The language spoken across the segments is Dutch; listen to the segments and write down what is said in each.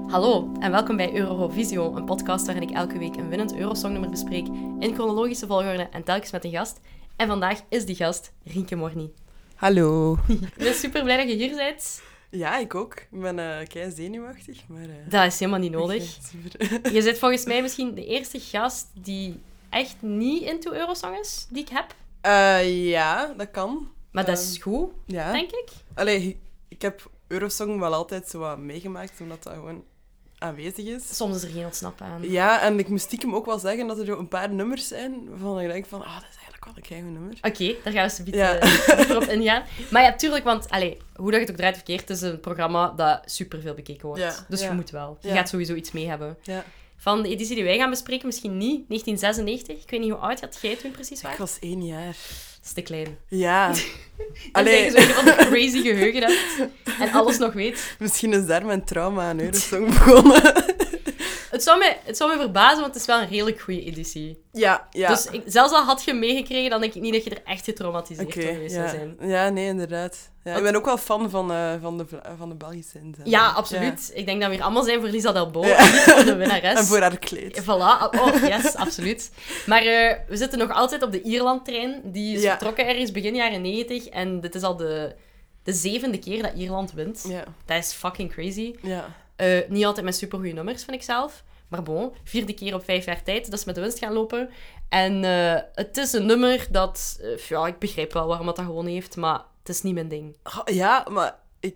Hallo en welkom bij Eurovisio, een podcast waarin ik elke week een winnend Eurosongnummer bespreek in chronologische volgorde en telkens met een gast. En vandaag is die gast Rienke Morny. Hallo. Ik ben super blij dat je hier bent. Ja, ik ook. Ik ben kei zenuwachtig, maar... Dat is helemaal niet nodig. Super. Je bent volgens mij misschien de eerste gast die echt niet into Eurosong is, die ik heb. Ja, dat kan. Maar dat is goed, Ja. denk ik. Allee, ik heb Eurosong wel altijd zo wat meegemaakt, omdat dat gewoon aanwezig is. Soms is er geen ontsnappen aan. Ja, en ik moest stiekem ook wel zeggen dat er zo een paar nummers zijn waarvan ik denk van, dat is eigenlijk wel een keigoed nummer. Oké, daar gaan we zo Ja. dieper op ingaan. Maar ja, tuurlijk, want hoe dat je het ook draait of keert, het is een programma dat superveel bekeken wordt. Ja, Dus je ja. moet wel. Je Ja. gaat sowieso iets mee hebben. Ja. Van de editie die wij gaan bespreken, misschien niet. 1996. Ik weet niet hoe oud had jij toen precies Ik waren. was 1 jaar. Dat is te klein. Ja. En Allee, zeg je zo van de crazy geheugen hebt en alles nog weet. misschien is daar mijn trauma aan Eurosong begonnen. Het zou me verbazen, want het is wel een redelijk goede editie. Ja. Dus zelfs al had je hem meegekregen, dan denk ik niet dat je er echt getraumatiseerd Oké, door geweest zou zijn. Ja, nee, inderdaad. Ja, ik ben ook wel fan van de Belgische inzending. Ja, absoluut. Ik denk dat we hier allemaal zijn voor Lisa Delbo, Ja. en niet voor de winnares. En voor haar kleed. Voilà. Oh, yes, absoluut. Maar we zitten nog altijd op de Ierland-trein. Die is Ja. vertrokken ergens begin jaren 90. En dit is al de 7e keer dat Ierland wint. Ja. Dat is fucking crazy. Ja. Niet altijd met supergoeie nummers, vind ik zelf. Maar bon, 4e keer op 5 jaar tijd. Dat is met de winst gaan lopen. En het is een nummer dat... ik begrijp wel waarom dat gewoon heeft, maar het is niet mijn ding. Ja, maar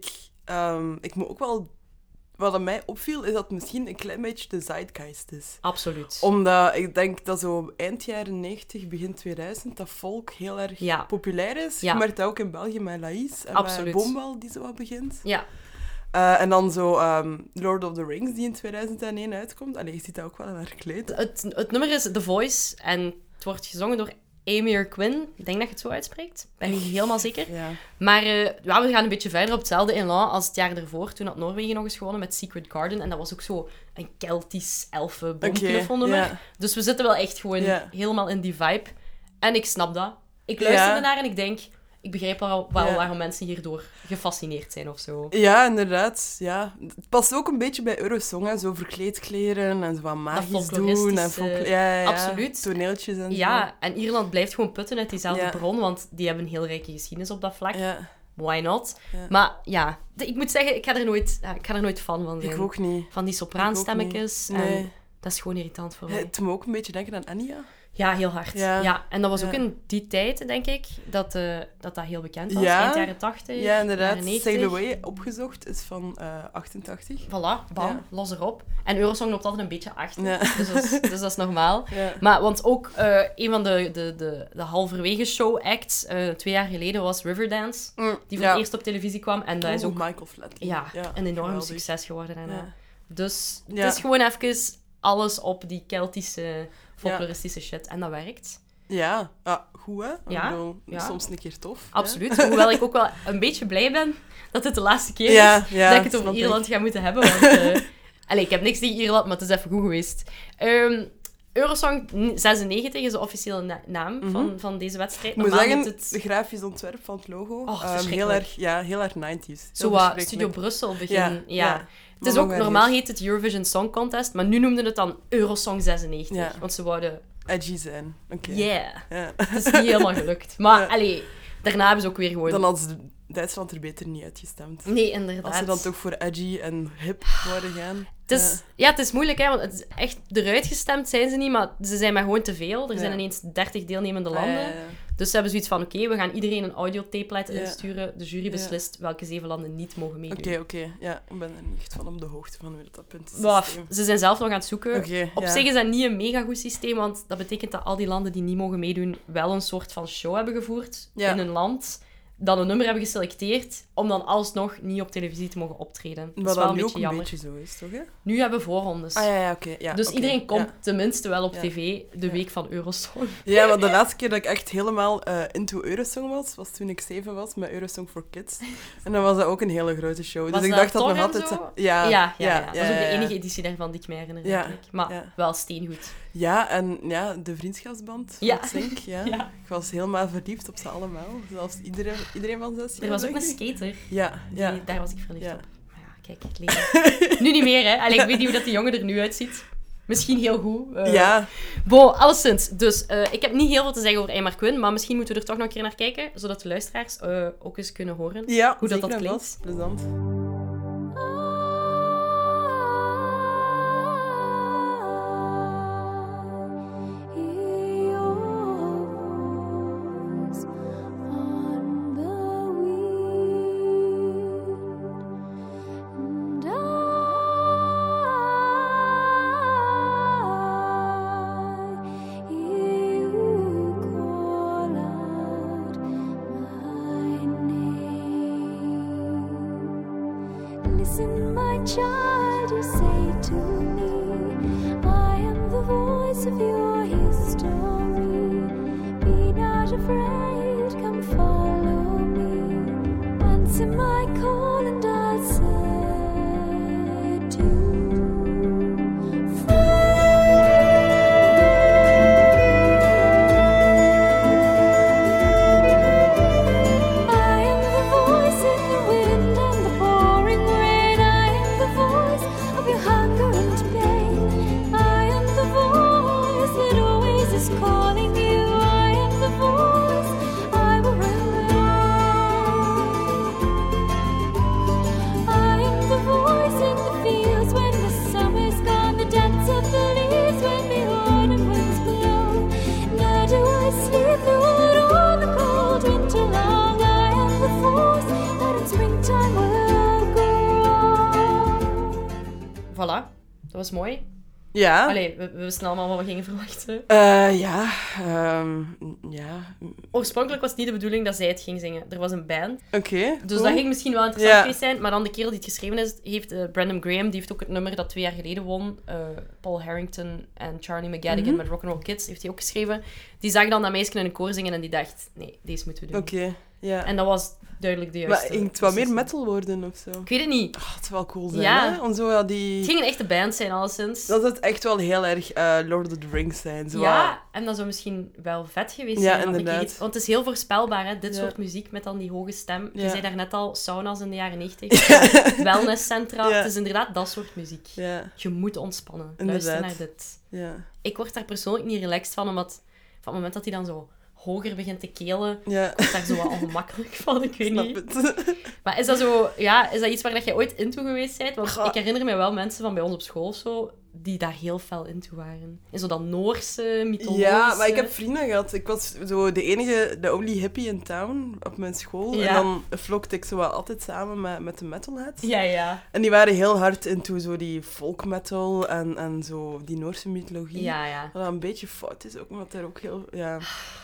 ik moet ook wel... Wat aan mij opviel, is dat het misschien een klein beetje de zeitgeist is. Absoluut. Omdat ik denk dat zo eind jaren 90, begin 2000, dat volk heel erg Ja. populair is. Ja. Je merkt dat ook in België met Laïs en Absoluut. met Bombal, die zo wat begint. Ja. En dan zo Lord of the Rings, die in 2001 uitkomt. Allee, je ziet dat ook wel in haar kleed. Het nummer is The Voice en het wordt gezongen door Amir Quinn. Ik denk dat je het zo uitspreekt. Ben ik niet helemaal zeker. Ja. Maar we gaan een beetje verder op hetzelfde elan als het jaar ervoor, toen had Noorwegen nog eens gewonnen met Secret Garden. En dat was ook zo een Keltisch elfen-boomknuffelnummer. ja. Dus we zitten wel echt gewoon Ja. helemaal in die vibe. En ik snap dat. Ik luister Ja. naar en ik denk... Ik begrijp wel waarom mensen hierdoor gefascineerd zijn of zo. Ja, inderdaad. Ja. Het past ook een beetje bij Eurosong, hè. Zo verkleedkleren en zo wat magisch doen. En folkloristische- ja. Absoluut. Toneeltjes en zo. Ja, en Ierland blijft gewoon putten uit diezelfde Ja. bron, want die hebben een heel rijke geschiedenis op dat vlak. Ja, Why not? Ja. Maar ja, ik moet zeggen, ik ga er nooit fan van zijn. ik ook niet. Van die sopraanstemmetjes. Ik ook niet. Nee. En dat is gewoon irritant voor mij. Het moet ook een beetje denken aan Anya. Ja, heel hard. Ja. Ja. En dat was ook Ja. in die tijd, denk ik, dat heel bekend was. Ja. Eind jaren 80, Ja, inderdaad. jaren 90. Sail Away, opgezocht, is van 88. Voilà, bam, Ja. los erop. En Eurosong loopt altijd een beetje achter. Ja. Dus dat is normaal. Ja. Maar, want ook een van de halverwege show-acts 2 jaar geleden was Riverdance. Die voor het eerst op televisie kwam. En dat is ook Michael Flatley. ja, een enorm geweldig. succes geworden daarna. Ja. Dus het Ja. is gewoon even alles op die Keltische, folkloristische shit. En dat werkt. Ja, goed hè? Ja, Ik bedoel, ja. soms een keer tof. Absoluut. Hoewel ik ook wel een beetje blij ben dat het de laatste keer is Ja, dat ik het over snap Ierland ik. ga moeten hebben. Want, ik heb niks tegen Ierland, maar het is even goed geweest. Eurosong 96 is de officiële naam van deze wedstrijd. Ik moet Normaal zeggen, heet het het grafisch ontwerp van het logo, Oh, heel verschrikkelijk. heel erg 90s. zo wat Studio Brussel begin. Ja, ja. Het is ook, normaal heet het Eurovision Song Contest, maar nu noemden het dan Eurosong 96. Ja. Want ze wouden... Edgy zijn. Oké. Yeah. Ja. Het is niet helemaal gelukt. Maar, Ja. daarna hebben ze ook weer gewoon... Dan hadden ze Duitsland er beter niet uitgestemd. Nee, inderdaad. Als ze dan toch voor edgy en hip zouden gaan. Het is moeilijk, hè, want het is echt eruit gestemd zijn ze niet, maar ze zijn maar gewoon te veel. Er zijn ineens 30 deelnemende landen. Dus ze hebben zoiets van, oké, we gaan iedereen een audiotape laten insturen. De jury beslist welke 7 landen niet mogen meedoen. Oké. Ja, ik ben er niet echt van op de hoogte van hoe dat punt is. Waf, ze zijn zelf nog aan het zoeken. Oké, Op ja. zich is dat niet een mega goed systeem, want dat betekent dat al die landen die niet mogen meedoen wel een soort van show hebben gevoerd in hun land. Dan een nummer hebben geselecteerd om dan alsnog niet op televisie te mogen optreden. Dat is Wat wel dan een nu beetje ook een jammer. beetje zo is, toch? Hè? Nu hebben we voorrondes. Oké. Ja, Dus oké, iedereen komt ja. tenminste wel op Ja. tv de week van Eurosong. Ja, want de laatste keer dat ik echt helemaal into Eurosong was toen ik 7 was, met Eurosong for Kids. En dan was dat ook een hele grote show. Was dus ik dat dacht dat nog Thor en altijd... zo? Ja. Dat is ook de enige editie daarvan die ik mij herinner. Ja, Denk ik. Maar ja. wel steengoed. Ja, en de vriendschapsband van Ja. Sync. Ja. Ja. Ik was helemaal verliefd op ze allemaal. Zelfs iedereen van 6 jaar. Er was ook denk een ik. skater. Ja. Daar was ik verliefd Ja. op. Maar ja, kijk, Lena. Nu niet meer, hè. Allee, ik weet niet hoe dat die jongen er nu uitziet. Misschien heel goed. Ja. Bon, alleszins. Dus ik heb niet heel veel te zeggen over Einar Quinn, maar misschien moeten we er toch nog een keer naar kijken, zodat de luisteraars ook eens kunnen horen hoe dat klinkt. Dat is plezant. Listen, my child, you say to me, I am the voice of your history. Be not afraid, come follow me. Answer my call and I'll set you free. Voilà, dat was mooi. Ja. Allee, we wisten allemaal wat we gingen verwachten. Ja. Oorspronkelijk was het niet de bedoeling dat zij het ging zingen. Er was een band. Oké. Dus dat ging misschien wel interessant geweest zijn. Maar dan de kerel die het geschreven heeft, Brandon Graham, die heeft ook het nummer dat 2 jaar geleden won. Paul Harrington en Charlie McGadigan met Rock'n'Roll Kids heeft hij ook geschreven. Die zag dan dat meisje in een koor zingen en die dacht, nee, deze moeten we doen. Oké. Ja. En dat was duidelijk de juiste. Maar ging het wat meer metal worden of zo? Ik weet het niet. Oh, het zou wel cool zijn, Ja. hè? Want zo, ja, die... Het ging een echte band zijn, alleszins. Dat het echt wel heel erg Lord of the Rings zijn. Zo Ja, en dat zou misschien wel vet geweest Ja, zijn. inderdaad. Want het is heel voorspelbaar, hè? Dit Ja. soort muziek met dan die hoge stem. Je Ja. zei daarnet al, sauna's in de jaren 90. Wellnesscentra. Ja. Het is inderdaad dat soort muziek. Ja, Je moet ontspannen. Inderdaad. Luister naar dit. ja, Ik word daar persoonlijk niet relaxed van, omdat van het moment dat hij dan zo hoger begint te kelen, ja. word ik daar zo wat ongemakkelijk van. Ik weet Snap niet. het. Maar is dat zo... Ja, is dat iets waar dat jij ooit into geweest bent? Want Goh. ik herinner me wel mensen van bij ons op school of zo, die daar heel fel into waren. In zo dat Noorse, mythologische... Ja, maar ik heb vrienden gehad. Ik was zo de only hippie in town op mijn school. Ja. En dan vlogde ik zo wel altijd samen met de metalheads. Ja, ja. En die waren heel hard into zo die folk metal en zo die Noorse mythologie. Ja, ja. Wat een beetje fout is ook, omdat daar ook heel... Ja.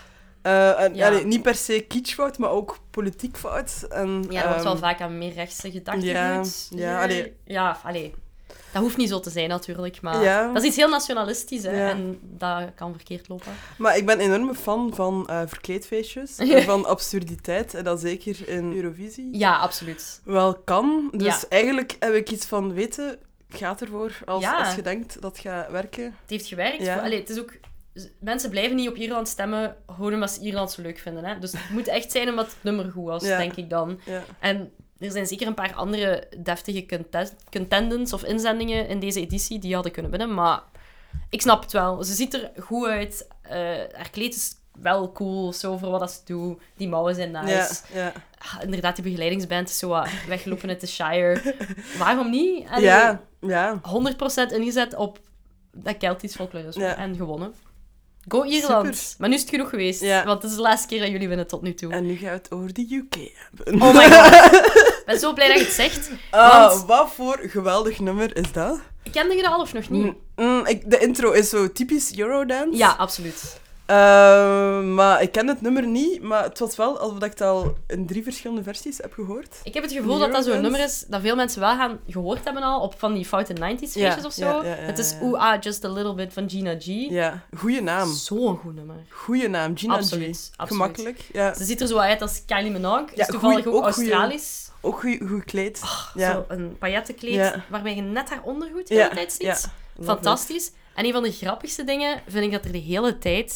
Ja. Allee, niet per se kitschfout, maar ook politiek fout. En, Ja, er wordt wel vaak aan meer rechtse gedachtegoed. ja, allee. Ja, allee. Dat hoeft niet zo te zijn, natuurlijk. Maar Ja. dat is iets heel nationalistisch, hè. Ja. En dat kan verkeerd lopen. Maar ik ben een enorme fan van verkleedfeestjes. En van absurditeit. En dat zeker in Eurovisie. Ja, absoluut. Wel kan. Dus Ja. eigenlijk heb ik iets van weten... Gaat ervoor als je denkt dat gaat werken. Het heeft gewerkt. Ja. Allee, het is ook... Mensen blijven niet op Ierland stemmen, gewoon omdat ze Ierland zo leuk vinden. Hè? Dus het moet echt zijn omdat het nummer goed was, Ja. denk ik dan. Ja. En er zijn zeker een paar andere deftige contendants of inzendingen in deze editie die hadden kunnen winnen, maar ik snap het wel. Ze ziet er goed uit. Haar kleed is wel cool, zo voor wat ze doet. Die mouwen zijn nice. Ja, ja. Ah, inderdaad, die begeleidingsband is zo wat weggelopen uit de Shire. Waarom niet? Allee, Ja. 100% ingezet op dat Keltisch folklorisme Ja. en gewonnen. Go Ierland. Super. Maar nu is het genoeg geweest, Ja. want het is de laatste keer dat jullie winnen tot nu toe. En nu gaan we het over de UK hebben. Oh my god. Ik ben zo blij dat je het zegt. Want Wat voor geweldig nummer is dat? kende je dat al of nog niet? De intro is zo typisch Eurodance. Ja, absoluut. Maar ik ken het nummer niet, maar het was wel alsof ik het al in 3 verschillende versies heb gehoord. Ik heb het gevoel dat dat zo'n Eurodance? nummer is dat veel mensen wel gaan gehoord hebben al op van die foute 90s feestjes of zo. ja, Het is ja. Ooh Ah, Just a Little Bit van Gina G. Ja, goeie naam. Zo'n goed nummer. Goeie naam, Gina Absoluut, G. absoluut. Gemakkelijk. Ja. Ze ziet er zo uit als Kylie Minogue. Ja, Is toevallig goeie- ook ook goeie- Australisch. Ook goed gekleed. ja. Zo een paillettenkleed Ja. waarbij je net haar ondergoed de hele tijd ziet. Ja. Fantastisch. En een van de grappigste dingen vind ik dat er de hele tijd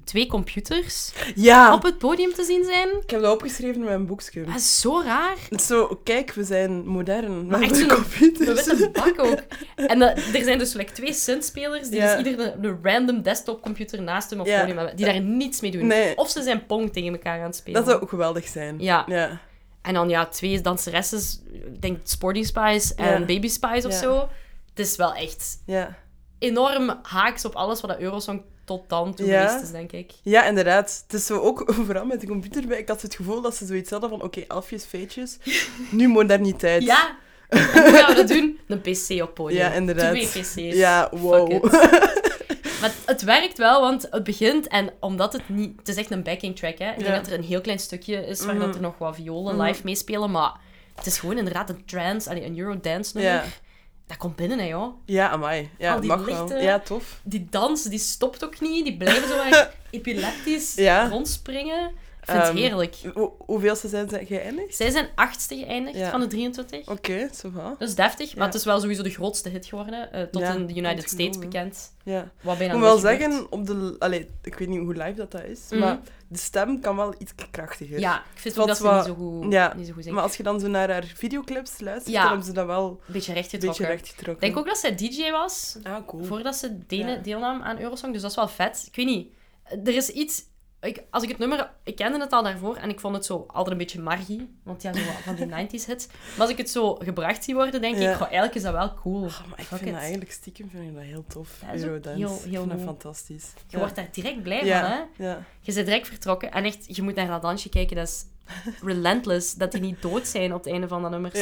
2 computers Ja, op het podium te zien zijn. ik heb dat opgeschreven in mijn boekje. Dat is zo raar. Het is zo, kijk, we zijn modern. Maar Met echt de zo'n computers. witte bak ook. En er zijn dus twee synthspelers die dus ieder een random desktopcomputer naast hem op het podium hebben. Die daar niets mee doen. Nee. Of ze zijn Pong tegen elkaar aan het spelen. Dat zou ook geweldig zijn. Ja. En dan 2 danseresses, ik denk Sporty Spice en Baby Spice of zo. Het is wel echt enorm haaks op alles wat dat Eurosong tot dan toe geweest is, denk ik. Ja, inderdaad. Het is zo ook, vooral met de computer bij, ik had het gevoel dat ze zoiets hadden van, oké, elfjes, feetjes, nu moderniteit. Ja. En hoe gaan we dat doen? Een PC op podium. Ja, inderdaad. 2 PC's. Ja, wow. Maar het werkt wel, want het begint en omdat het niet... Het is echt een backing track, hè. Ik denk dat er een heel klein stukje is waar dat er nog wat violen live meespelen, maar het is gewoon inderdaad een trance, een Eurodance nummer. Ja. Dat komt binnen, hè, joh. Ja, amai. Ja, Al die mag lichten, wel. Ja, tof. Die dans, die stopt ook niet. Die blijven zo echt epileptisch rondspringen. Ik vind het heerlijk. Hoeveelste zijn ze geëindigd? Zij zijn 8e geëindigd van de 23. Oké, zo va. Dat is deftig, maar het is wel sowieso de grootste hit geworden. Tot in de United States bekend. Ja. Wat bijna Ik moet wel nooit zeggen, gebeurt. ik weet niet hoe live dat is, maar de stem kan wel iets krachtiger. Ja, ik vind ook dat ze niet zo goed zingt. Maar als je dan zo naar haar videoclips luistert, dan hebben ze dat wel een beetje rechtgetrokken. Ik denk ook dat zij DJ was, cool. voordat ze deelnam aan Eurosong. Dus dat is wel vet. Ik weet niet. Er is iets... Als ik het nummer... Ik kende het al daarvoor en ik vond het zo altijd een beetje margie. Want ja, zo van die 90s hits. Maar als ik het zo gebracht zie worden, denk ik... eigenlijk is dat wel cool. Maar ik vind dat eigenlijk stiekem dat heel tof. Dat is Eurodance. heel Ik vind dat fantastisch. Je wordt daar direct blij van, hè? Ja. Je bent direct vertrokken. En echt, je moet naar dat dansje kijken. Dat is relentless. Dat die niet dood zijn op het einde van dat nummer.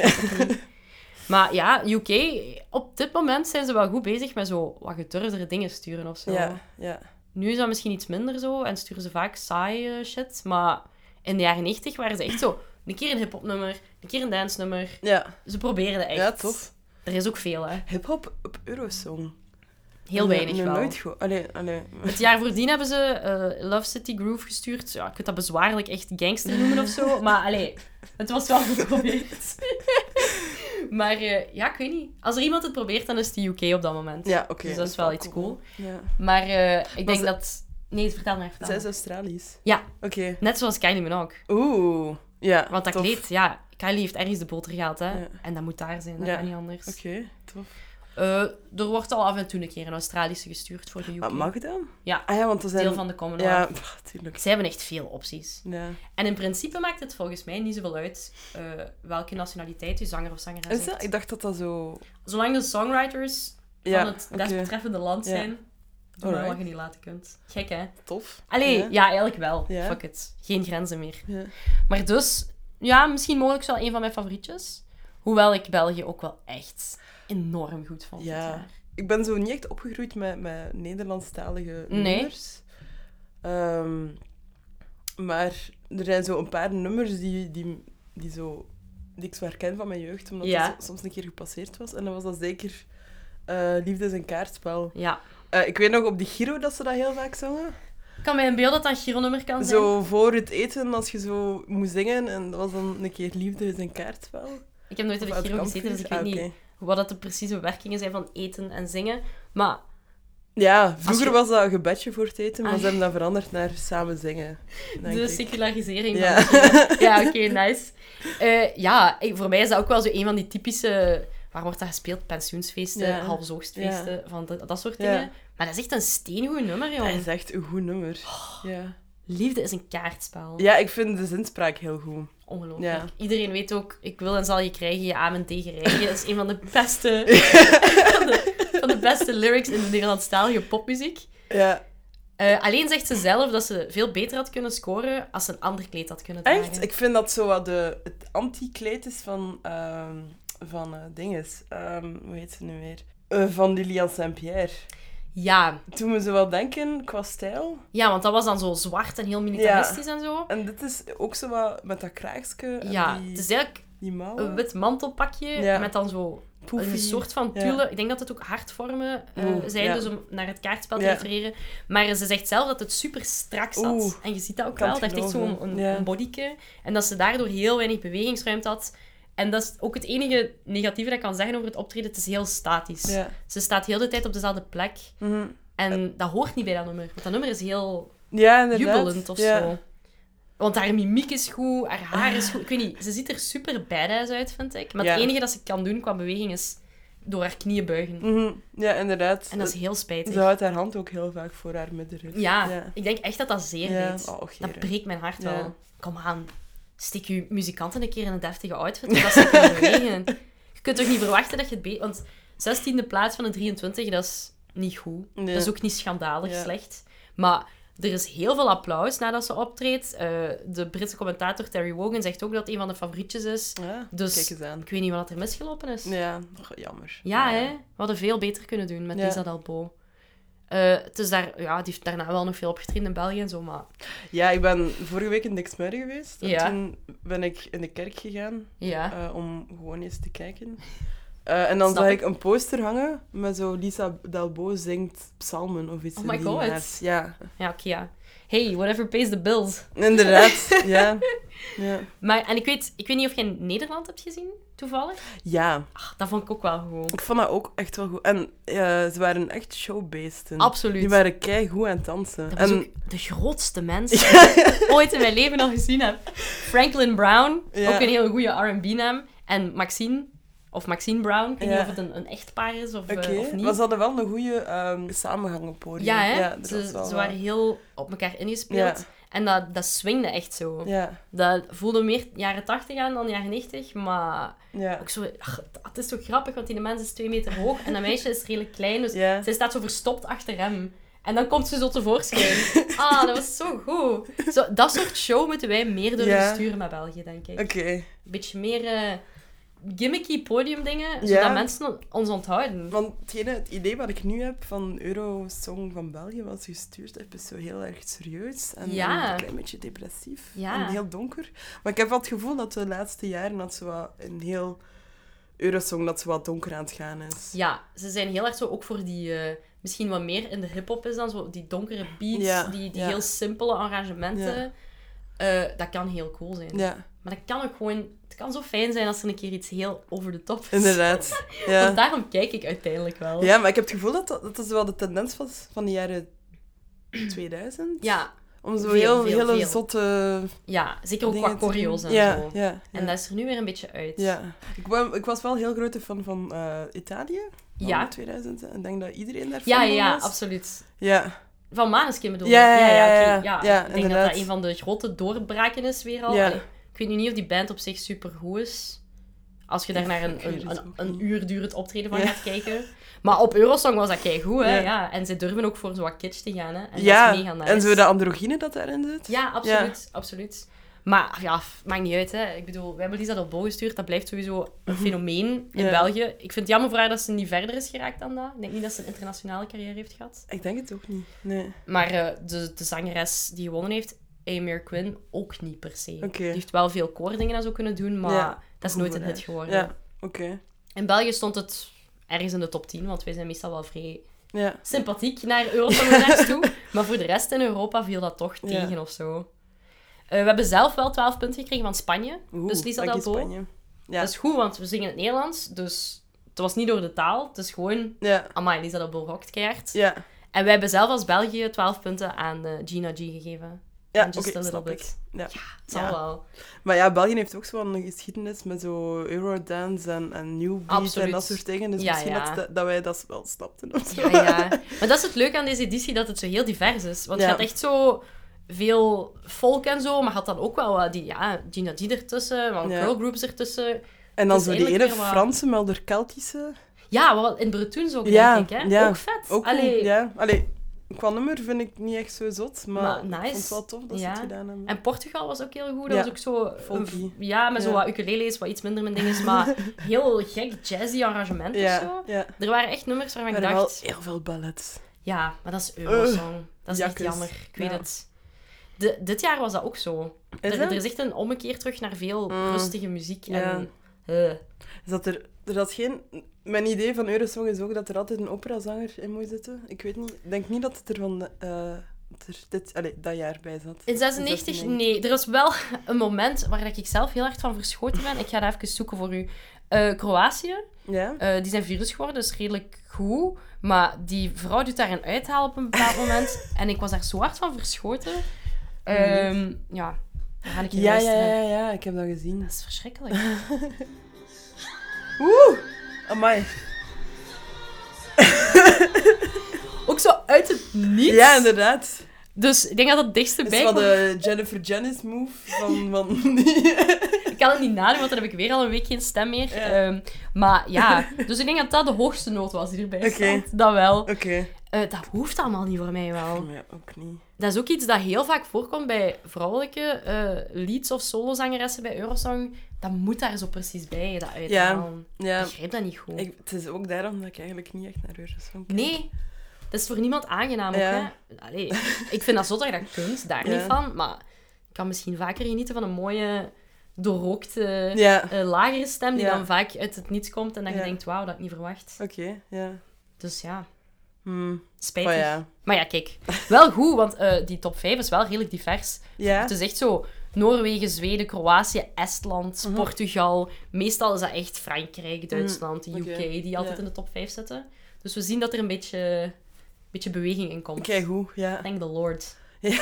Maar ja, UK... Op dit moment zijn ze wel goed bezig met zo wat gedurfdere dingen sturen of zo. Ja. Nu is dat misschien iets minder zo en sturen ze vaak saai shit. Maar in de jaren 90 waren ze echt zo... Een keer een hip-hop nummer, een keer een dance nummer. Ja. Ze probeerden echt. Ja, tof. Er is ook veel, hè. Hip-hop op Eurosong. Heel weinig wel. Nooit goed. Allee. Het jaar voordien hebben ze Love City Groove gestuurd. Ja, je kunt dat bezwaarlijk echt gangster noemen of zo. Maar het was wel geprobeerd. Maar ik weet niet. Als er iemand het probeert, dan is het de UK op dat moment. Ja, oké. Dus dat is wel iets cool. Ja. Maar ik denk dat... Nee, vertel maar. Zij is Australisch? Ja. Oké. Net zoals Kylie Minogue. Oeh. Ja, want dat tof. kleed, Kylie heeft ergens de boter gehaald, hè. Ja. En dat moet daar zijn, dat kan niet anders. Oké, tof. Er wordt al af en toe een keer een Australische gestuurd voor de UK. Mag het dan? Ja, want dat zijn... deel van de Commonwealth. Ja, tuurlijk. Zij hebben echt veel opties. Ja. En in principe maakt het volgens mij niet zoveel uit welke nationaliteit je zanger of zangeres is dat? heeft. Ik dacht dat dat zo... Zolang de songwriters van het desbetreffende land zijn, doe maar wat je niet laten kunt. Gek, hè? Tof. Allee, eigenlijk wel. Ja. Fuck it. Geen grenzen meer. Ja. Maar dus, misschien mogelijk wel een van mijn favorietjes. Hoewel ik België ook wel echt enorm goed vond dit jaar. Ik ben zo niet echt opgegroeid met Nederlandstalige nummers. Maar er zijn zo een paar nummers die ik zo herken van mijn jeugd, omdat dat soms een keer gepasseerd was. En dan was dat zeker Liefde is een kaartspel. Ja. Ik weet nog op die Giro dat ze dat heel vaak zongen. Ik kan mij een beeld dat dat een Giro-nummer kan zijn. Zo voor het eten, als je zo moest zingen, en dat was dan een keer Liefde is een kaartspel. Ik heb nooit op de Giro gezeten, dus ik weet niet wat dat de precieze werkingen zijn van eten en zingen. Maar... Ja, vroeger was dat een gebedje voor het eten, maar ze hebben dat veranderd naar samen zingen. De secularisering van de Giro. Ja, oké, nice. Voor mij is dat ook wel zo een van die typische... Waar wordt dat gespeeld? Pensioensfeesten, halfzoogstfeesten, van dat soort dingen. Maar dat is echt een steengoed nummer, joh. Dat is echt een goed nummer. Ja. Liefde is een kaartspel. Ja, ik vind de zinspraak heel goed. Ongelooflijk. Ja. Iedereen weet ook, ik wil en zal je krijgen, je amen tegenrijgen. Dat is een van de beste, van de beste lyrics in de Nederlandstalige popmuziek. Ja. Alleen zegt ze zelf dat ze veel beter had kunnen scoren als ze een ander kleed had kunnen dragen. Echt? Ik vind dat zo wat het anti-kleed is van dinges. Hoe heet ze nu weer? Van Liliane Saint-Pierre. Ja. Toen we zo wel denken, qua stijl. Ja, want dat was dan zo zwart en heel militaristisch en zo. En dit is ook zo wat met dat kraagje. Ja, het is eigenlijk een wit mantelpakje met dan zo een soort van tulle. Ik denk dat het ook hartvormen zijn, dus om naar het kaartspel te refereren. Maar ze zegt zelf dat het super strak zat. En je ziet dat ook wel. Het heeft echt zo'n bodyke. En dat ze daardoor heel weinig bewegingsruimte had. En dat is ook het enige negatieve dat ik kan zeggen over het optreden. Het is heel statisch. Ja. Ze staat heel de tijd op dezelfde plek. Mm-hmm. En dat hoort niet bij dat nummer. Want dat nummer is heel Ja, inderdaad. jubelend of zo. Want haar mimiek is goed, haar haar is goed. Ik weet niet, ze ziet er super badass uit, vind ik. Maar het enige dat ze kan doen qua beweging is door haar knieën buigen. Mm-hmm. Ja, inderdaad. En dat is heel spijtig. Ze houdt haar hand ook heel vaak voor haar middenrug. Ja, ik denk echt dat dat zeer deed. Oh, dat breekt mijn hart wel. Kom aan, stik je muzikanten een keer in een deftige outfit, zodat ze kunnen bewegen. Je kunt toch niet verwachten dat je het... Want 16e plaats van de 23, dat is niet goed. Nee. Dat is ook niet schandalig slecht. Maar er is heel veel applaus nadat ze optreedt. De Britse commentator Terry Wogan zegt ook dat het een van de favorietjes is. Ja, dus kijk eens aan. Ik weet niet wat er misgelopen is. Ja, jammer. Ja, hè? We hadden veel beter kunnen doen met Lisa Dalbo. Het is daar, die heeft daarna wel nog veel opgetreden in België en zo, maar... Ja, ik ben vorige week in Dixmuir geweest. En toen ben ik in de kerk gegaan om gewoon eens te kijken. En dan zag ik een poster hangen met zo Lisa Dalbo zingt psalmen of iets. Oh my god. Ja. Ja, oké. Hey, whatever pays the bills. Inderdaad, ja. Maar, en ik weet niet of jij Nederland hebt gezien, toevallig? Ja. Ach, dat vond ik ook wel goed. Ik vond dat ook echt wel goed. En ze waren echt showbeesten. Absoluut. Die waren keigoed aan het dansen. Dat was ook de grootste mens die ik ooit in mijn leven al gezien heb. Franklin Brown, ook een heel goede R&B-naam. En Maxine Brown. Ik weet niet of het een echtpaar is of niet. Maar ze hadden wel een goede samenhang op podium. Ja, hè? Ja, ze waren heel op elkaar ingespeeld. Ja. En dat swingde echt zo. Ja. Dat voelde meer jaren 80 aan dan jaren 90. Maar ook zo... het is zo grappig, want die mens is 2 meter hoog. En dat meisje is redelijk klein. Dus zij staat zo verstopt achter hem. En dan komt ze zo tevoorschijn. Dat was zo goed. Zo, dat soort show moeten wij meer durven sturen met België, denk ik. Oké. Een beetje meer... gimmicky podiumdingen, zodat mensen ons onthouden. Want het idee wat ik nu heb van Eurosong van België was gestuurd, is zo heel erg serieus en een klein beetje depressief en heel donker. Maar ik heb wel het gevoel dat de laatste jaren dat ze wat een heel Eurosong dat ze wat donker aan het gaan is. Ja, ze zijn heel erg zo ook voor die... misschien wat meer in de hip-hop is dan zo die donkere beats, die heel simpele arrangementen. Dat kan heel cool zijn. Ja. Maar dat kan ook gewoon... Het kan zo fijn zijn als er een keer iets heel over de top is. Inderdaad. Ja. Want daarom kijk ik uiteindelijk wel. Ja, maar ik heb het gevoel dat is wel de tendens was van de jaren 2000. Ja. Om zo heel zotte... Ja, zeker ook qua choreo's en zo. Ja. En dat is er nu weer een beetje uit. Ja. Ik was wel heel grote fan van Italië. Van 2000. En ik denk dat iedereen daarvan was. Ja, absoluut. Ja. Van Måneskin bedoel je? Ja, ik denk dat een van de grote doorbraken is weer al. Ja. Ik weet nu niet of die band op zich super goed is. Als je daar naar een uur durend optreden van gaat kijken. Maar op Eurosong was dat keigoed, hè. Ja. En ze durven ook voor zo wat kitsch te gaan, hè. En dat is mega nice. En zo de androgyne dat daarin zit. Ja, absoluut. Maar maakt niet uit, hè. Ik bedoel, wij hebben Lisa Dalbo gestuurd. Dat blijft sowieso een fenomeen in België. Ik vind het jammer voor haar dat ze niet verder is geraakt dan dat. Ik denk niet dat ze een internationale carrière heeft gehad. Ik denk het ook niet, nee. Maar de zangeres die gewonnen heeft, Amir Quinn, ook niet per se. Okay. Die heeft wel veel koordingen en zo kunnen doen, maar dat is nooit een hit geworden. Ja, oké. In België stond het ergens in de top 10, want wij zijn meestal wel vrij sympathiek naar Eurosongwinnaars toe. Maar voor de rest in Europa viel dat toch tegen of zo. We hebben zelf wel 12 punten gekregen van Spanje. Dus Lisa Dalbo. Spanje. Ja. Dat is goed, want we zingen in het Nederlands. Dus het was niet door de taal. Het is gewoon... Amai, Lisa Dalbo rockt keihard. Ja. En wij hebben zelf als België 12 punten aan Gina G gegeven. Ja, just a little bit. Ja, het zal wel. Maar ja, België heeft ook zo een geschiedenis met zo Eurodance en New Beat en dat soort dingen. Dus misschien dat wij dat wel snapten. Ja. Maar dat is het leuke aan deze editie, dat het zo heel divers is. Want je had echt zo veel folk en zo, maar had dan ook wel Gina G ertussen, wel girlgroups ertussen. En dan zo die ene Franse, maar de Keltische. Ja, wat in Bretoons ook, denk ik. Hè? Ja. Ook vet. Ook qua nummer vind ik niet echt zo zot, maar nice. Ik vond het wel tof dat ze het gedaan hebben. En Portugal was ook heel goed. Dat was ook zo... Folky. Met zo wat ukulele's, wat iets minder mijn ding is, maar heel gek jazzy arrangement of zo. Ja. Er waren echt nummers waarvan ik dacht... wel heel veel ballets. Ja, maar dat is Eurosong. Dat is echt jammer. Ik weet het. Dit jaar was dat ook zo. Er is echt een ommekeer terug naar veel rustige muziek. En, is dat er zat geen... Mijn idee van Eurosong is ook dat er altijd een operazanger in moet zitten. Ik weet niet. Ik denk niet dat het er van dat jaar bij zat. In 96? Nee. Er was wel een moment waar ik zelf heel hard van verschoten ben. Ik ga dat even zoeken voor u. Kroatië. Ja. Die zijn virus geworden, dus redelijk goed. Maar die vrouw doet daar een uithaal op een bepaald moment. En ik was daar zo hard van verschoten. Ja, dan ga ik hier luisteren. Ja, ik heb dat gezien. Dat is verschrikkelijk. Oeh, amai. Ook zo uit het niets. Ja, inderdaad. Dus ik denk dat het dichtste bij van komt. de Jennifer Janis move van Ik kan het niet nadoen, want dan heb ik weer al een week geen stem meer. Ja. Maar ja, dus ik denk dat dat de hoogste noot was die erbij staat. Dat wel. Oké. Dat hoeft allemaal niet voor mij wel. Ja, ook niet. Dat is ook iets dat heel vaak voorkomt bij vrouwelijke leads of solozangeressen bij Eurosong. Dat moet daar zo precies bij, dat uithalen. Ja. Ik begrijp dat niet goed. Het is ook daarom dat ik eigenlijk niet echt naar Eurosong kijk. Nee, dat is voor niemand aangenaam ook, hè. Allee, ik vind dat zo dat je dat kunt, daar niet van. Maar ik kan misschien vaker genieten van een mooie, doorrookte, lagere stem die dan vaak uit het niets komt en dat je denkt, wauw, dat had ik niet verwacht. Oké, ja. Dus ja, spijtig. Oh, ja. Maar ja, kijk, wel goed, want die top 5 is wel redelijk divers. Ja. Het is echt zo Noorwegen, Zweden, Kroatië, Estland, Portugal. Meestal is dat echt Frankrijk, Duitsland, de UK, die altijd in de top 5 zitten. Dus we zien dat er een beetje beweging in komt. Oké, goed, ja. Thank the Lord. Ja.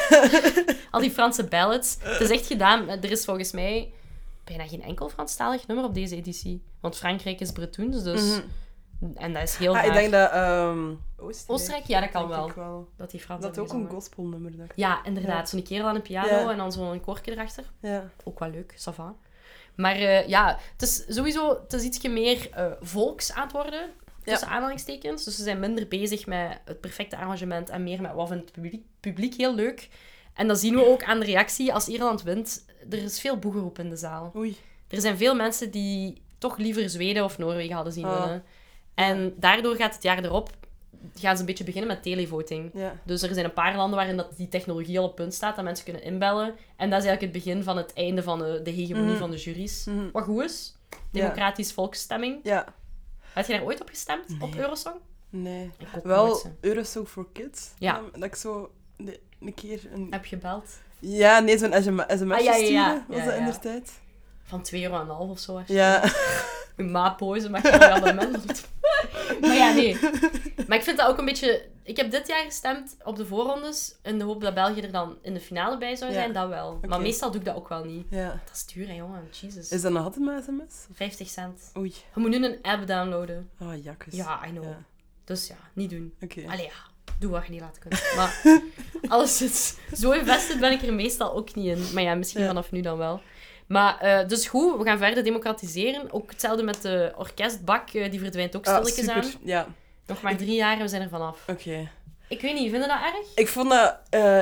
Al die Franse ballads. Het is echt gedaan. Er is volgens mij bijna geen enkel Franstalig nummer op deze editie. Want Frankrijk is Bretoons, dus... En dat is heel raar. Ik denk dat... Oostenrijk? Ja, dat kan wel. Dat die Frans dat ook een gospelnummer, dacht ik. Ja, inderdaad. Zo'n kerel aan een piano en dan zo'n koortje erachter. Ja. Ook wel leuk, ça va. Maar het is sowieso... Het is ietsje meer volks aan het worden, tussen aanhalingstekens. Dus ze zijn minder bezig met het perfecte arrangement en meer met wat vindt het publiek heel leuk. En dat zien we ook aan de reactie. Als Ierland wint, er is veel boegeroep in de zaal. Oei. Er zijn veel mensen die toch liever Zweden of Noorwegen hadden zien winnen. En daardoor gaat het jaar erop... gaan ze een beetje beginnen met televoting. Ja. Dus er zijn een paar landen waarin dat die technologie al op punt staat, dat mensen kunnen inbellen. En dat is eigenlijk het begin van het einde van de hegemonie van de juries. Wat goed is. Democratisch volksstemming. Ja. Had je daar ooit op gestemd, op Eurosong? Nee. Ik ook wel nooit, Eurosong for Kids. Ja. Dat ik zo een keer... Heb je gebeld? Ja, nee, zo'n sms'je sturen was dat in de tijd. Van €2,5 of zo. Ja. Een maapoze, maar je wel dat mensen doet. Maar ja, nee. Maar ik vind dat ook een beetje... Ik heb dit jaar gestemd op de voorrondes in de hoop dat België er dan in de finale bij zou zijn. Dat wel. Okay. Maar meestal doe ik dat ook wel niet. Ja. Dat is duur, hè, jongen. Jesus. Is dat nog altijd een sms? 50 cent. Oei. Je moet nu een app downloaden. Oh, jakkes. Ja, I know. Ja. Dus ja, niet doen. Oké. Allee, ja. Doe wat je niet laten kunnen. Maar alles is... Zo invested ben ik er meestal ook niet in. Maar ja, misschien vanaf nu dan wel. Maar, dus goed, we gaan verder democratiseren. Ook hetzelfde met de orkestbak, die verdwijnt ook stilletjes aan. Ja. Nog maar 3 jaar en we zijn er vanaf. Oké. Ik weet niet, vind je dat erg? Ik vond dat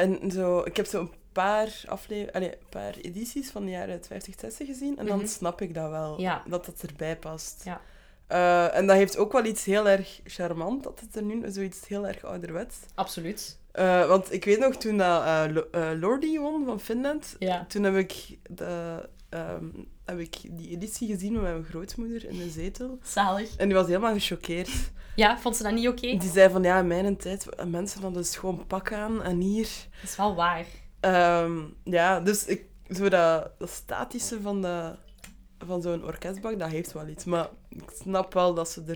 ik heb zo een paar edities van de jaren 50, 60 gezien. En dan snap ik dat wel, dat het erbij past. Ja. En dat heeft ook wel iets heel erg charmant, dat het er nu zoiets heel erg ouderwets. Absoluut. Want ik weet nog, toen dat Lordi won van Finland, toen heb ik die editie gezien met mijn grootmoeder in de zetel. Zalig. En die was helemaal gechoqueerd. Ja, vond ze dat niet oké? Die zei van, ja, in mijn tijd, mensen hadden dus gewoon pak aan en hier... Dat is wel waar. Ja, dus dat statische van zo'n orkestbak, dat heeft wel iets. Maar ik snap wel dat ze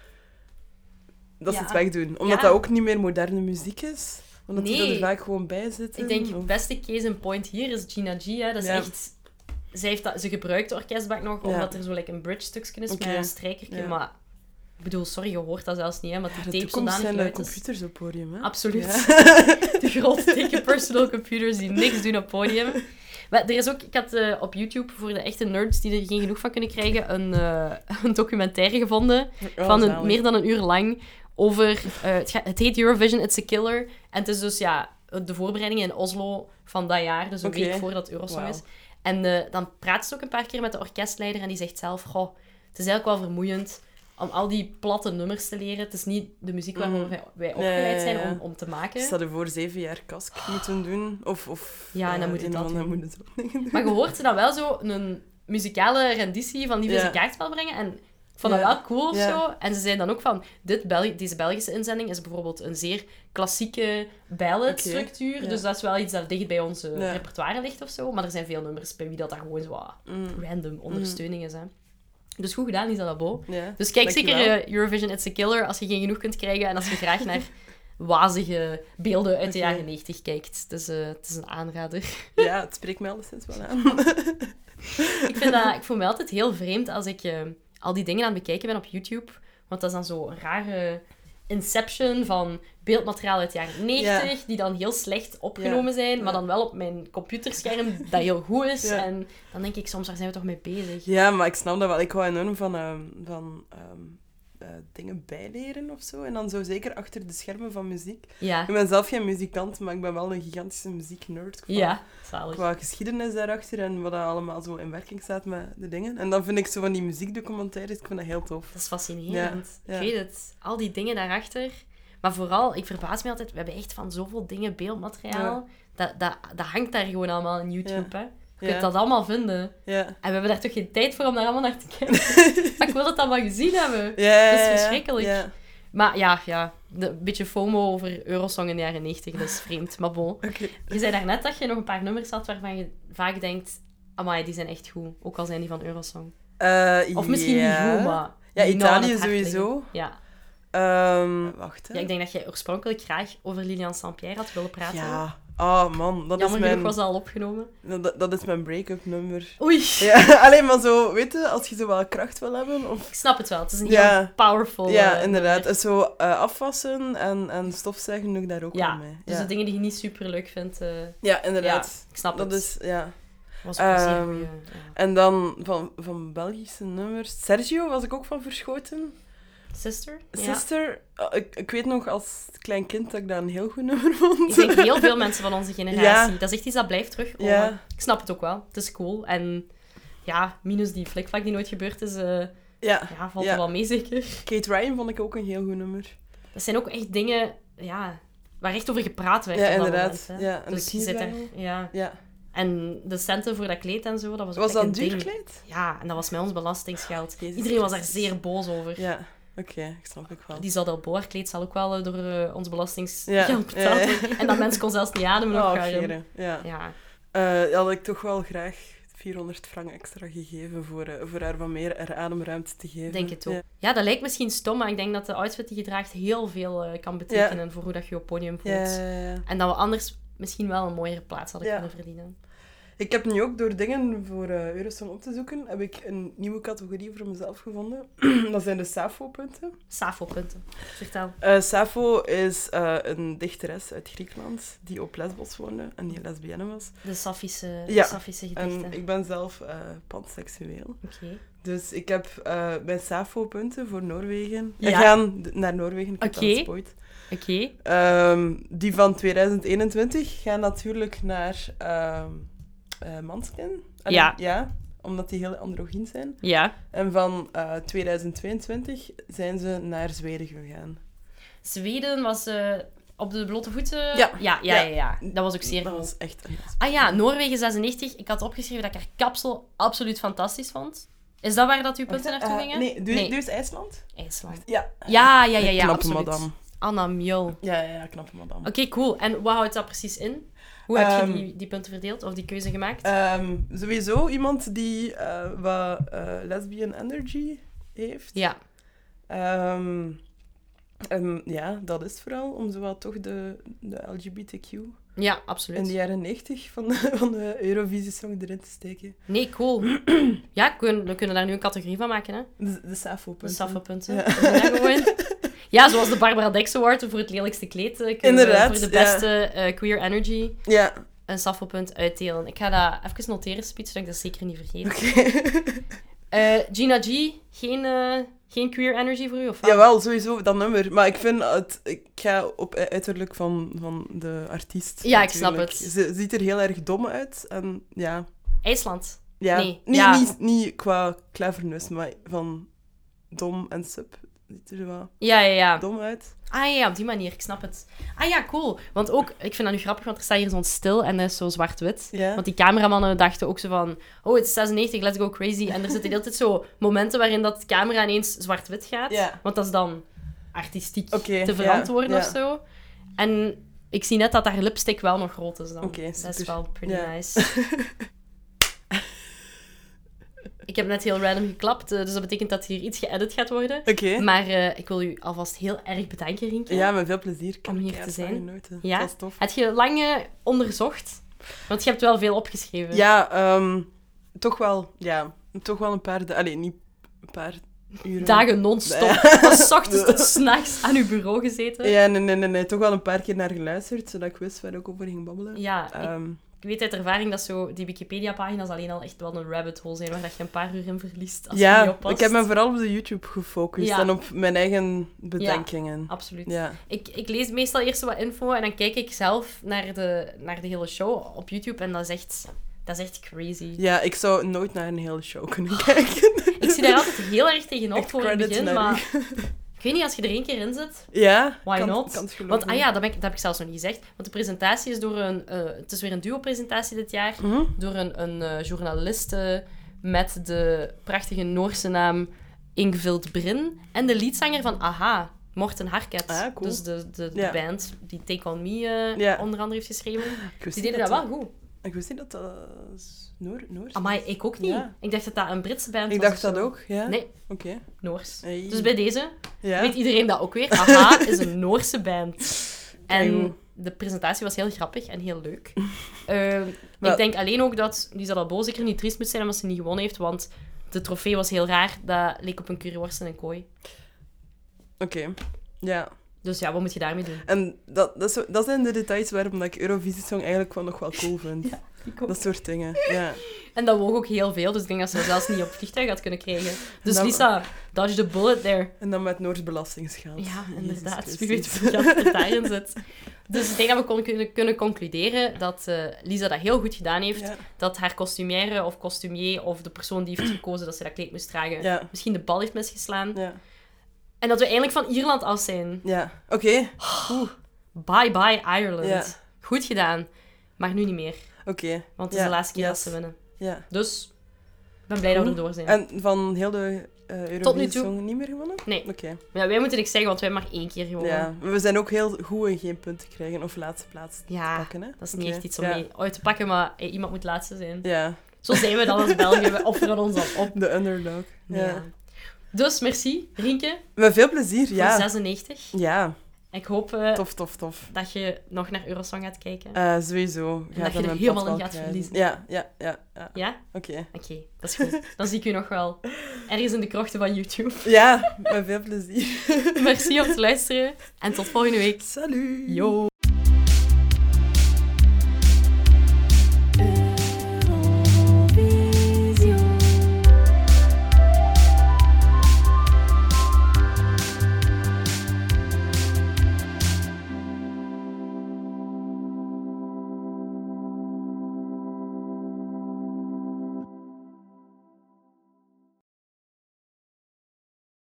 het wegdoen. Omdat dat ook niet meer moderne muziek is. Omdat die er vaak gewoon bij zitten. Ik denk, het beste case in point hier is Gina G. Hè. Dat is echt... Ze gebruikt de orkestbak nog, omdat er zo een bridge-stukje is met een strijkertje. Ja. Maar ik bedoel, sorry, je hoort dat zelfs niet, hè, maar die tape zodanig luid is. De computers op podium, hè? Absoluut. Ja. De grote, dikke personal computers die niks doen op podium. Maar er is ook... Ik had op YouTube, voor de echte nerds die er geen genoeg van kunnen krijgen, een documentaire gevonden van meer dan 1 uur lang over... het heet Eurovision, It's a Killer. En het is dus de voorbereidingen in Oslo van dat jaar, dus een week voordat Eurosong is. En dan praat ze ook een paar keer met de orkestleider en die zegt zelf, goh, het is eigenlijk wel vermoeiend om al die platte nummers te leren. Het is niet de muziek waarvoor wij opgeleid zijn om te maken. Stel je voor 7 jaar kask moeten doen. En dan moet je dat doen. Moet doen. Maar je hoort ze dan wel zo een muzikale renditie van Liefde is een kaartspel brengen. En ik vond dat wel cool of zo. En ze zeiden dan ook van, deze Belgische inzending is bijvoorbeeld een zeer klassieke ballad-structuur. Okay. Dus dat is wel iets dat dicht bij onze repertoire ligt of zo. Maar er zijn veel nummers bij wie dat gewoon zo random ondersteuning is. Hè. Dus goed gedaan, Isabel. Ja, dus kijk dankjewel. zeker Eurovision It's a Killer als je geen genoeg kunt krijgen en als je graag naar wazige beelden uit de jaren 90 kijkt. Dus het is een aanrader. Ja, het spreekt mij alleszins wel aan. Ik voel me altijd heel vreemd als ik al die dingen aan het bekijken ben op YouTube. Want dat is dan zo een rare inception van beeldmateriaal uit de jaren 90, die dan heel slecht opgenomen zijn, maar dan wel op mijn computerscherm dat heel goed is. Ja. En dan denk ik soms, waar zijn we toch mee bezig? Ja, maar ik snap dat wel. Ik hou enorm van dingen bijleren of zo. En dan zo zeker achter de schermen van muziek. Ja. Ik ben zelf geen muzikant, maar ik ben wel een gigantische muzieknerd. Qua geschiedenis daarachter en wat dat allemaal zo in werking staat met de dingen. En dan vind ik zo van die muziekdocumentaires, ik vind dat heel tof. Dat is fascinerend. Ja. Ik weet het. Al die dingen daarachter. Maar vooral, ik verbaas me altijd, we hebben echt van zoveel dingen beeldmateriaal. Ja. Dat hangt daar gewoon allemaal in YouTube, hè. Je kunt dat allemaal vinden. Ja. En we hebben daar toch geen tijd voor om daar allemaal naar te kijken. Maar ik wil het allemaal gezien hebben. Ja, dat is verschrikkelijk. Ja. Maar ja, een beetje FOMO over Eurosong in de jaren 90, dat is vreemd. Maar bon. Okay. Je zei daarnet dat je nog een paar nummers had waarvan je vaak denkt... Amai, die zijn echt goed. Ook al zijn die van Eurosong. Of misschien niet goed, maar... Ja, Italië sowieso. Ja. Wacht, hè. Ja, ik denk dat jij oorspronkelijk graag over Lilian Saint-Pierre had willen praten. Ja. Oh man, dat Jammer is mijn... was al opgenomen. Dat is mijn break-up nummer. Oei. Ja, alleen maar zo, weet je, als je zo wel kracht wil hebben. Of... Ik snap het wel, het is een heel powerful... Ja, inderdaad. Nummer. Zo afwassen en stofzuigen doe ik daar ook wel mee. Dus de dingen die je niet super leuk vindt. Ja, inderdaad. Ja, ik snap het. Dat is, ja. Was ook een zeer goeie, En dan van Belgische nummers. Sergio was ik ook van verschoten. Sister? Ja. Ik weet nog als klein kind dat ik dat een heel goed nummer vond. Ik denk heel veel mensen van onze generatie. Dat is echt iets dat blijft terugkomen. Ja. Ik snap het ook wel. Het is cool. En ja, minus die flikvlak die nooit gebeurd is, valt er wel mee zeker. Kate Ryan vond ik ook een heel goed nummer. Dat zijn ook echt dingen waar echt over gepraat werd. Ja, inderdaad. Moment, ja, en dus je zit er, ja. En de centen voor dat kleed en zo, dat was ook dat een een duur ding. Kleed? Ja, en dat was met ons belastingsgeld. Jezus Iedereen was daar zeer boos over. Ja. Oké, ik snap ik wel. Die Zadel-Boer-kleed zal ook wel door ons belastingsgeld betaald worden. En dat mens kon zelfs niet ademen. Ja. Had ik toch wel graag 400 frank extra gegeven voor haar wat meer ademruimte te geven. Denk het ook. Ja, dat lijkt misschien stom, maar ik denk dat de outfit die je draagt heel veel kan betekenen voor hoe dat je op podium voelt. Ja. En dat we anders misschien wel een mooiere plaats hadden kunnen verdienen. Ik heb nu ook door dingen voor Eurosong op te zoeken, heb ik een nieuwe categorie voor mezelf gevonden. Dat zijn de Sappho-punten. Sappho-punten. Vertel. Sappho is een dichteres uit Griekenland die op Lesbos woonde en die lesbienne was. De Sapphische gedichten. En ik ben zelf panseksueel. Oké. Dus ik heb mijn Sappho-punten voor Noorwegen. We gaan naar Noorwegen, ik heb dat gespoord. Oké. Die van 2021 gaan natuurlijk naar... Måneskin. Ja, omdat die heel androgyn zijn. Ja. En van 2022 zijn ze naar Zweden gegaan. Zweden was op de blote voeten? Ja. Dat was ook zeer Dat goed. was echt... Noorwegen 96. Ik had opgeschreven dat ik haar kapsel absoluut fantastisch vond. Is dat waar dat uw punten naartoe gingen? Nee, doe eens IJsland. IJsland. Ja. Ja, knappe absoluut. madame. Anna Mjol. Ja, knappe madame. Oké, cool. En wat houdt dat precies in? Hoe heb je die punten verdeeld of die keuze gemaakt? Sowieso iemand die wat lesbian energy heeft. Ja. Dat is vooral om zowat toch de LGBTQ... Ja, absoluut. In de jaren 90 van de Eurovisie-song erin te steken. Nee, cool. Ja, we kunnen daar nu een categorie van maken, hè? De Sappho-punten. De Sappho-punten. Ja. Ja, zoals de Barbara Dex Award voor het lelijkste kleed. Inderdaad, voor de beste queer energy. Ja. Een Sappho-punt uitdelen. Ik ga dat even noteren, Spiet, zodat ik dat zeker niet vergeet. Okay. Gina G, geen queer energy voor u? Of Jawel, sowieso, dat nummer. Maar ik vind ik ga op uiterlijk van de artiest. Ja, natuurlijk. Ik snap het. Ze ziet er heel erg dom uit. En ja... IJsland? Ja. Nee. Niet qua cleverness, maar van dom en sub. Ziet er wel dom uit. Ja, op die manier, ik snap het. Ja, cool. Want ook, ik vind dat nu grappig, want er staat hier zo'n stil en dat is zo zwart-wit. Ja. Want die cameramannen dachten ook zo van, oh, het is 96, let's go crazy. En er zitten de hele tijd zo momenten waarin dat de camera ineens zwart-wit gaat. Ja. Want dat is dan artistiek te verantwoorden of zo. En ik zie net dat haar lipstick wel nog rood is dan. Okay, dat is wel pretty nice. Ik heb net heel random geklapt, dus dat betekent dat hier iets geëdit gaat worden. Oké. Maar ik wil u alvast heel erg bedanken, Rienke. Ja, met veel plezier. Om hier te zijn. Ja? Dat is tof. Heb je lang onderzocht? Want je hebt wel veel opgeschreven. Ja, toch wel een paar... Allee, niet een paar uren. Dagen non-stop. Van 's ochtends tot 's nachts aan uw bureau gezeten. Ja, nee. Toch wel een paar keer naar geluisterd, zodat ik wist waar ik over ging babbelen. Ja, ik weet uit ervaring dat zo die Wikipedia-pagina's alleen al echt wel een rabbit hole zijn, waar dat je een paar uur in verliest als je niet oppast. Ik heb me vooral op de YouTube gefocust en op mijn eigen bedenkingen. Ja, absoluut. Ja. Ik lees meestal eerst wat info en dan kijk ik zelf naar de hele show op YouTube en dat is echt crazy. Ja, ik zou nooit naar een hele show kunnen kijken. Ik zie daar altijd heel erg tegenop echt voor in het begin, maar... Ik weet niet, als je er 1 keer in zit, ja, why not? Kan het want, dat heb ik zelfs nog niet gezegd. Want de presentatie is door het is weer een duo-presentatie dit jaar. Door een journaliste met de prachtige Noorse naam Ingvild Brin. En de leadzanger van A-ha, Morten Harket. Ah, cool. Dus de band die Take On Me onder andere heeft geschreven. Die deden dat wel goed. Ik wist niet dat dat Noors was. Amai, ik ook niet. Ja. Ik dacht dat dat een Britse band was. Ik dacht dat ook, ja. Nee, okay. Noors. Hey. Dus bij deze weet iedereen dat ook weer. A-ha is een Noorse band. En de presentatie was heel grappig en heel leuk. Ik denk alleen ook dat Lisa Dalbo zeker niet triest moet zijn omdat ze niet gewonnen heeft, want de trofee was heel raar. Dat leek op een curryworst in een kooi. Oké, ja. Dus ja, wat moet je daarmee doen? En dat zijn de details waarom ik Eurovisie Song eigenlijk wel nog wel cool vind. Ja, ik ook. Dat soort dingen, ja. En dat woog ook heel veel, dus ik denk dat ze dat zelfs niet op vliegtuig had kunnen krijgen. Dus Lisa, dodge the bullet there. En dan met Noors belastingsgeld. Ja, inderdaad. Wie weet hoeveel geld er daarin zit. Dus ik denk dat we kunnen concluderen dat Lisa dat heel goed gedaan heeft. Ja. Dat haar kostumière of kostumier of de persoon die heeft gekozen dat ze dat kleed moest dragen, misschien de bal heeft misgeslaan. Ja. En dat we eindelijk van Ierland af zijn. Ja, oké. Bye bye Ireland. Ja. Goed gedaan. Maar nu niet meer. Oké. Want het is de laatste keer dat ze winnen. Ja. Dus, ik ben blij dat we erdoor zijn. En van heel de Eurovisie Song niet meer gewonnen? Nee. Oké. Ja, wij moeten niks zeggen, want wij hebben maar 1 keer gewonnen. Ja, we zijn ook heel goed in geen punten krijgen of laatste plaats te pakken. Hè? Dat is niet echt iets om mee uit te pakken, maar iemand moet laatste zijn. Ja. Zo zijn we dan als België, we offeren ons dan op. De underdog. Ja. Dus, merci, Rienke. Met veel plezier, ja. Voor 96. Ja. Ik hoop tof. dat je nog naar Eurosong gaat kijken. Sowieso. En dat je er helemaal in gaat verliezen. Ja. Ja? Oké, dat is goed. Dan zie ik u nog wel ergens in de krochten van YouTube. Ja, met veel plezier. Merci om te luisteren. En tot volgende week. Salut. Yo.